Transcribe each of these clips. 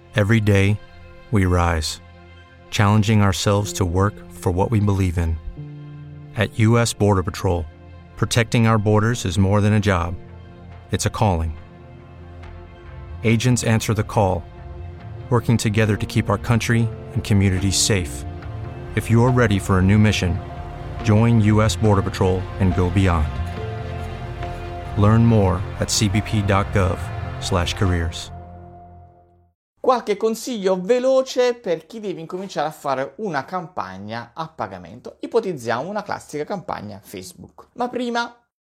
Every day, we rise, challenging ourselves to work for what we believe in. At U.S. Border Patrol, protecting our borders is more than a job. It's a calling. Agents answer the call, working together to keep our country and communities safe. If you're ready for a new mission, join U.S. Border Patrol and go beyond. Learn more at cbp.gov/careers. Qualche consiglio veloce per chi deve incominciare a fare una campagna a pagamento. Ipotizziamo una classica campagna Facebook. Ma prima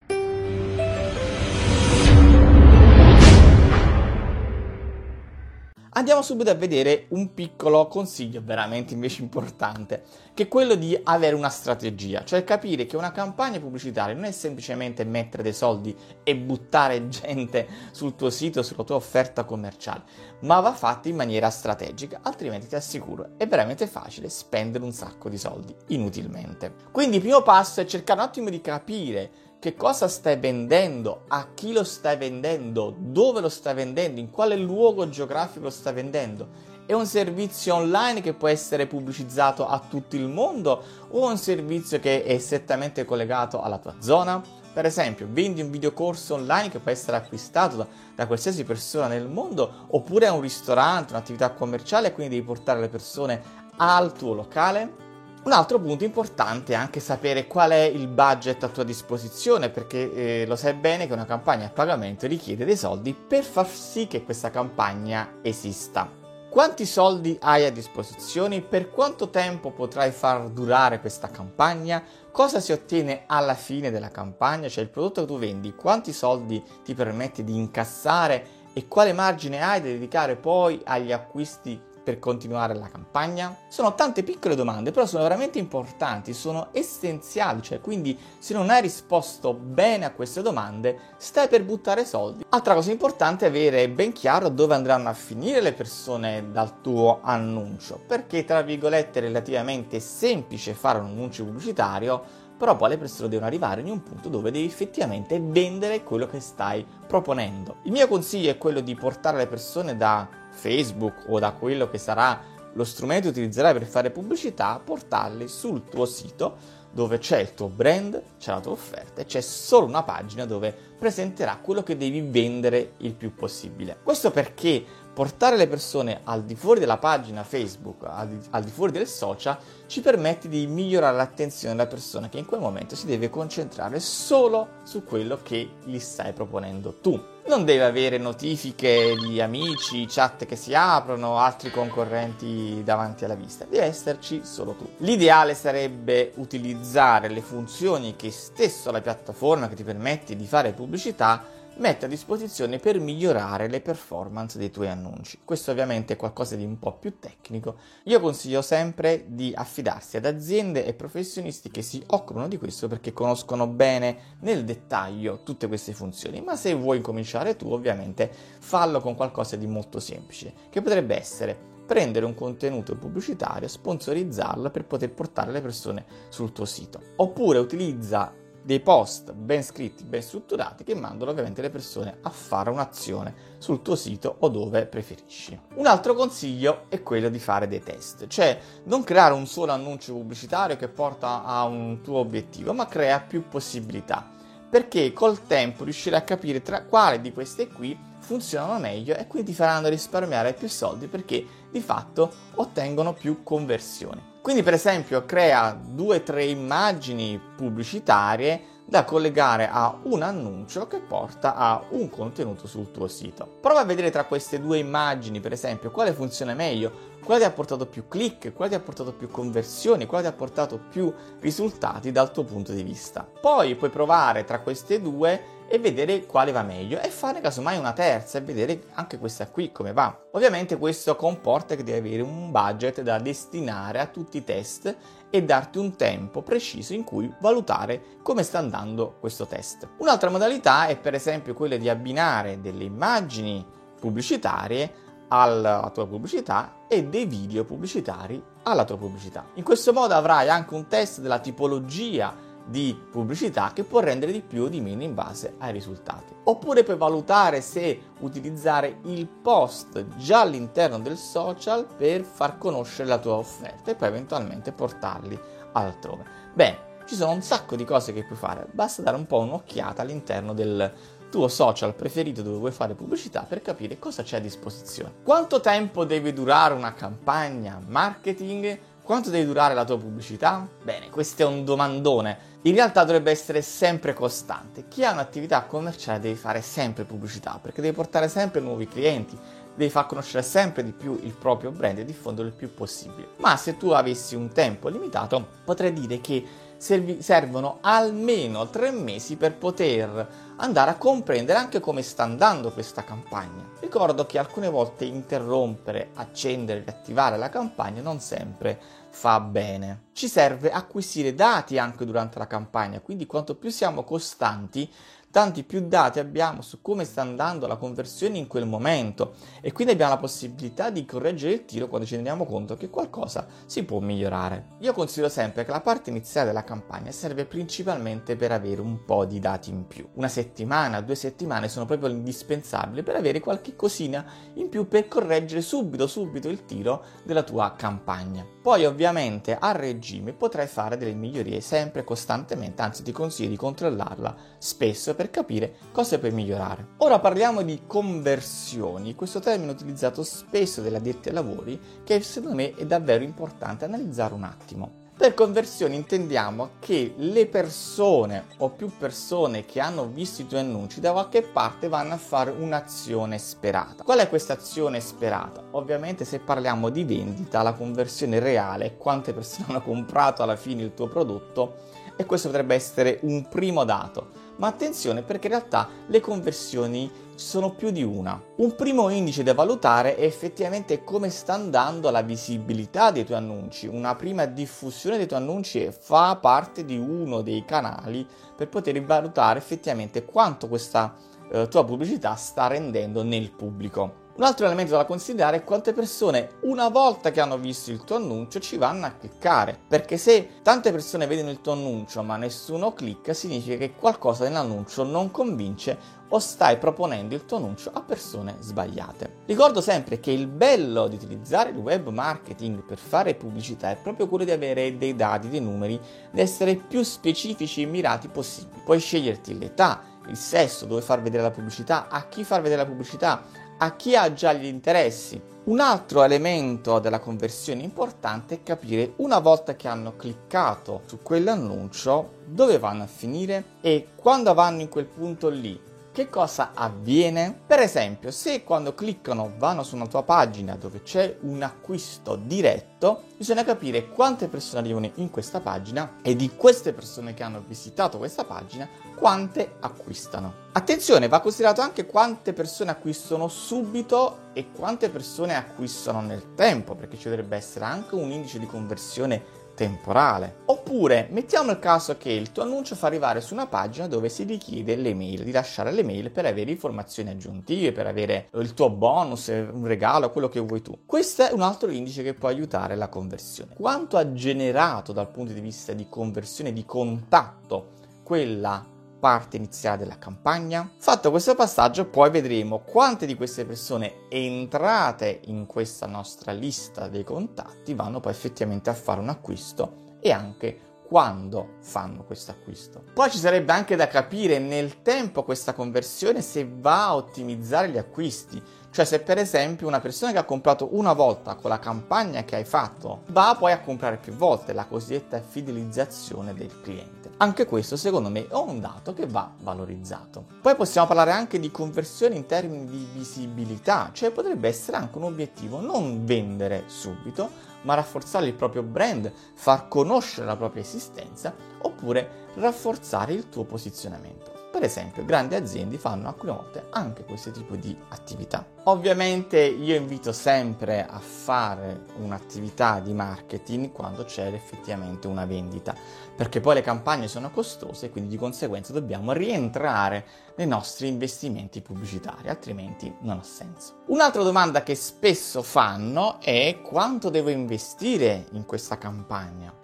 andiamo subito a vedere un piccolo consiglio veramente invece importante, che è quello di avere una strategia, cioè capire che una campagna pubblicitaria non è semplicemente mettere dei soldi e buttare gente sul tuo sito, sulla tua offerta commerciale, ma va fatta in maniera strategica, altrimenti ti assicuro è veramente facile spendere un sacco di soldi inutilmente. Quindi il primo passo è cercare un attimo di capire che cosa stai vendendo, a chi lo stai vendendo, dove lo stai vendendo, in quale luogo geografico lo stai vendendo. È un servizio online che può essere pubblicizzato a tutto il mondo o è un servizio che è strettamente collegato alla tua zona? Per esempio, vendi un videocorso online che può essere acquistato da qualsiasi persona nel mondo, oppure è un ristorante, un'attività commerciale e quindi devi portare le persone al tuo locale? Un altro punto importante è anche sapere qual è il budget a tua disposizione, perché lo sai bene che una campagna a pagamento richiede dei soldi per far sì che questa campagna esista. Quanti soldi hai a disposizione? Per quanto tempo potrai far durare questa campagna? Cosa si ottiene alla fine della campagna? Cioè il prodotto che tu vendi, quanti soldi ti permette di incassare e quale margine hai da dedicare poi agli acquisti per continuare la campagna? Sono tante piccole domande, però sono veramente importanti, sono essenziali, cioè quindi se non hai risposto bene a queste domande stai per buttare soldi. Altra cosa importante è avere ben chiaro dove andranno a finire le persone dal tuo annuncio, perché tra virgolette è relativamente semplice fare un annuncio pubblicitario, però poi le persone devono arrivare in un punto dove devi effettivamente vendere quello che stai proponendo. Il mio consiglio è quello di portare le persone da Facebook o da quello che sarà lo strumento che utilizzerai per fare pubblicità, portarli sul tuo sito dove c'è il tuo brand, c'è la tua offerta e c'è solo una pagina dove presenterà quello che devi vendere il più possibile. Questo perché portare le persone al di fuori della pagina Facebook, al di fuori del social, ci permette di migliorare l'attenzione della persona che in quel momento si deve concentrare solo su quello che gli stai proponendo tu. Non deve avere notifiche di amici, chat che si aprono, altri concorrenti davanti alla vista, deve esserci solo tu. L'ideale sarebbe utilizzare le funzioni che stesso la piattaforma che ti permette di fare pubblicità mette a disposizione per migliorare le performance dei tuoi annunci. Questo ovviamente è qualcosa di un po' più tecnico. Io consiglio sempre di affidarsi ad aziende e professionisti che si occupano di questo perché conoscono bene nel dettaglio tutte queste funzioni, ma se vuoi cominciare tu ovviamente fallo con qualcosa di molto semplice, che potrebbe essere prendere un contenuto pubblicitario, sponsorizzarlo per poter portare le persone sul tuo sito, oppure utilizza dei post ben scritti, ben strutturati che mandano ovviamente le persone a fare un'azione sul tuo sito o dove preferisci. Un altro consiglio è quello di fare dei test, cioè non creare un solo annuncio pubblicitario che porta a un tuo obiettivo, ma crea più possibilità, perché col tempo riuscirai a capire tra quali di queste qui funzionano meglio e quindi ti faranno risparmiare più soldi perché di fatto ottengono più conversioni. Quindi per esempio crea 2-3 immagini pubblicitarie da collegare a un annuncio che porta a un contenuto sul tuo sito. Prova a vedere tra queste due immagini per esempio quale funziona meglio, quale ti ha portato più click, quale ti ha portato più conversioni, quale ti ha portato più risultati dal tuo punto di vista. Poi puoi provare tra queste due e vedere quale va meglio e fare casomai una terza e vedere anche questa qui come va. Ovviamente questo comporta che devi avere un budget da destinare a tutti i test e darti un tempo preciso in cui valutare come sta andando questo test. Un'altra modalità è per esempio quella di abbinare delle immagini pubblicitarie alla tua pubblicità e dei video pubblicitari alla tua pubblicità. In questo modo avrai anche un test della tipologia di pubblicità che può rendere di più o di meno in base ai risultati. Oppure puoi valutare se utilizzare il post già all'interno del social per far conoscere la tua offerta e poi eventualmente portarli altrove. Bene, ci sono un sacco di cose che puoi fare, basta dare un po' un'occhiata all'interno del tuo social preferito dove vuoi fare pubblicità per capire cosa c'è a disposizione. Quanto tempo deve durare una campagna marketing? Quanto deve durare la tua pubblicità? Bene, questo è un domandone. In realtà dovrebbe essere sempre costante. Chi ha un'attività commerciale deve fare sempre pubblicità perché deve portare sempre nuovi clienti, devi far conoscere sempre di più il proprio brand e diffonderlo il più possibile. Ma se tu avessi un tempo limitato, potrei dire che servono almeno 3 mesi per poter andare a comprendere anche come sta andando questa campagna. Ricordo che alcune volte interrompere, accendere, riattivare la campagna non sempre fa bene. Ci serve acquisire dati anche durante la campagna, quindi quanto più siamo costanti, tanti più dati abbiamo su come sta andando la conversione in quel momento e quindi abbiamo la possibilità di correggere il tiro quando ci rendiamo conto che qualcosa si può migliorare. Io considero sempre che la parte iniziale della campagna serve principalmente per avere un po' di dati in più. 1 settimana, 2 settimane sono proprio indispensabili per avere qualche cosina in più per correggere subito il tiro della tua campagna. Poi ovviamente a regime potrai fare delle migliorie sempre costantemente, anzi ti consiglio di controllarla spesso per capire cosa puoi migliorare. Ora parliamo di conversioni, questo termine utilizzato spesso dagli addetti ai lavori che secondo me è davvero importante analizzare un attimo. Per conversioni intendiamo che le persone o più persone che hanno visto i tuoi annunci da qualche parte vanno a fare un'azione sperata. Qual è questa azione sperata? Ovviamente se parliamo di vendita, la conversione reale è quante persone hanno comprato alla fine il tuo prodotto e questo potrebbe essere un primo dato. Ma attenzione perché in realtà le conversioni ci sono più di una. Un primo indice da valutare è effettivamente come sta andando la visibilità dei tuoi annunci. Una prima diffusione dei tuoi annunci fa parte di uno dei canali per poter valutare effettivamente quanto questa tua pubblicità sta rendendo nel pubblico. Un altro elemento da considerare è quante persone una volta che hanno visto il tuo annuncio ci vanno a cliccare, perché se tante persone vedono il tuo annuncio ma nessuno clicca significa che qualcosa nell'annuncio non convince o stai proponendo il tuo annuncio a persone sbagliate. Ricordo sempre che il bello di utilizzare il web marketing per fare pubblicità è proprio quello di avere dei dati, dei numeri, di essere più specifici e mirati possibili. Puoi sceglierti l'età, il sesso, dove far vedere la pubblicità, a chi far vedere la pubblicità, a chi ha già gli interessi. Un altro elemento della conversione importante è capire una volta che hanno cliccato su quell'annuncio dove vanno a finire e quando vanno in quel punto lì che cosa avviene. Per esempio, se quando cliccano vanno su una tua pagina dove c'è un acquisto diretto, bisogna capire quante persone arrivano in questa pagina e di queste persone che hanno visitato questa pagina quante acquistano. Attenzione, va considerato anche quante persone acquistano subito e quante persone acquistano nel tempo, perché ci dovrebbe essere anche un indice di conversione temporale. Oppure mettiamo il caso che il tuo annuncio fa arrivare su una pagina dove si richiede l'email, di lasciare l'email per avere informazioni aggiuntive, per avere il tuo bonus, un regalo, quello che vuoi tu. Questo è un altro indice che può aiutare la conversione. Quanto ha generato dal punto di vista di conversione, di contatto, quella parte iniziale della campagna? Fatto questo passaggio, poi vedremo quante di queste persone entrate in questa nostra lista dei contatti vanno poi effettivamente a fare un acquisto e anche quando fanno questo acquisto. Poi ci sarebbe anche da capire nel tempo questa conversione se va a ottimizzare gli acquisti, cioè se per esempio una persona che ha comprato una volta con la campagna che hai fatto va poi a comprare più volte, la cosiddetta fidelizzazione del cliente. Anche questo secondo me è un dato che va valorizzato. Poi possiamo parlare anche di conversione in termini di visibilità, cioè potrebbe essere anche un obiettivo non vendere subito, ma rafforzare il proprio brand, far conoscere la propria esistenza oppure rafforzare il tuo posizionamento. Per esempio, grandi aziende fanno alcune volte anche questo tipo di attività. Ovviamente io invito sempre a fare un'attività di marketing quando c'è effettivamente una vendita, perché poi le campagne sono costose e quindi di conseguenza dobbiamo rientrare nei nostri investimenti pubblicitari, altrimenti non ha senso. Un'altra domanda che spesso fanno è: quanto devo investire in questa campagna?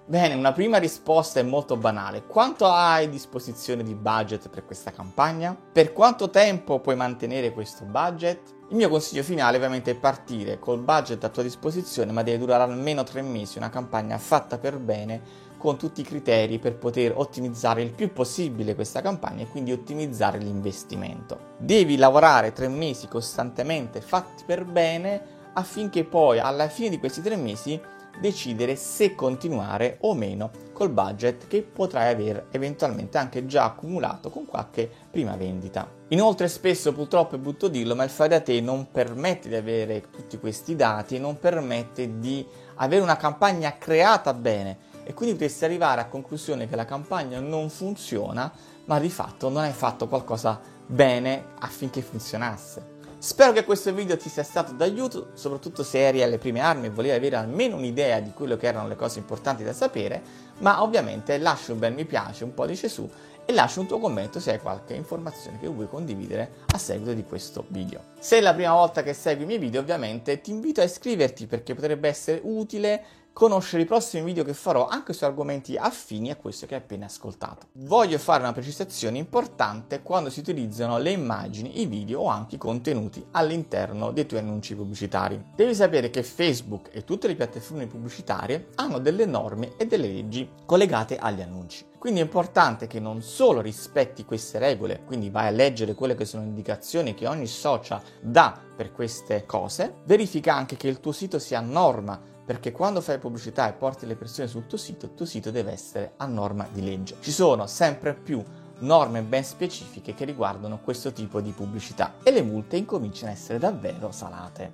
Bene, una prima risposta è molto banale. Quanto hai a disposizione di budget per questa campagna? Per quanto tempo puoi mantenere questo budget? Il mio consiglio finale ovviamente è partire col budget a tua disposizione, ma deve durare almeno 3 mesi, una campagna fatta per bene, con tutti i criteri per poter ottimizzare il più possibile questa campagna e quindi ottimizzare l'investimento. Devi lavorare 3 mesi costantemente fatti per bene affinché poi alla fine di questi 3 mesi decidere se continuare o meno col budget che potrai aver eventualmente anche già accumulato con qualche prima vendita. Inoltre spesso, purtroppo è brutto dirlo, ma il fare da te non permette di avere tutti questi dati e non permette di avere una campagna creata bene e quindi potresti arrivare a conclusione che la campagna non funziona, ma di fatto non hai fatto qualcosa bene affinché funzionasse. Spero che questo video ti sia stato d'aiuto, soprattutto se eri alle prime armi e volevi avere almeno un'idea di quello che erano le cose importanti da sapere, ma ovviamente lascia un bel mi piace, un pollice su e lascia un tuo commento se hai qualche informazione che vuoi condividere a seguito di questo video. Se è la prima volta che segui i miei video, ovviamente ti invito a iscriverti perché potrebbe essere utile conoscere i prossimi video che farò anche su argomenti affini a questo che hai appena ascoltato. Voglio fare una precisazione importante quando si utilizzano le immagini, i video o anche i contenuti all'interno dei tuoi annunci pubblicitari. Devi sapere che Facebook e tutte le piattaforme pubblicitarie hanno delle norme e delle leggi collegate agli annunci. Quindi è importante che non solo rispetti queste regole, quindi vai a leggere quelle che sono indicazioni che ogni social dà per queste cose, verifica anche che il tuo sito sia a norma, perché quando fai pubblicità e porti le persone sul tuo sito deve essere a norma di legge. Ci sono sempre più norme ben specifiche che riguardano questo tipo di pubblicità e le multe incominciano a essere davvero salate.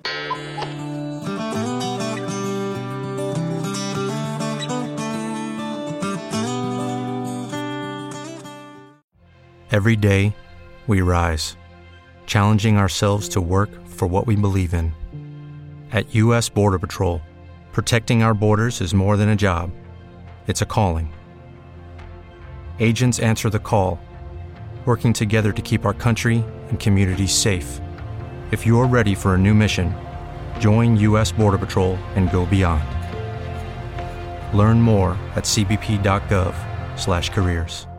Every day, we rise, challenging ourselves to work for what we believe in. At U.S. Border Patrol, protecting our borders is more than a job, it's a calling. Agents answer the call, working together to keep our country and communities safe. If you're ready for a new mission, join U.S. Border Patrol and go beyond. Learn more at cbp.gov/careers.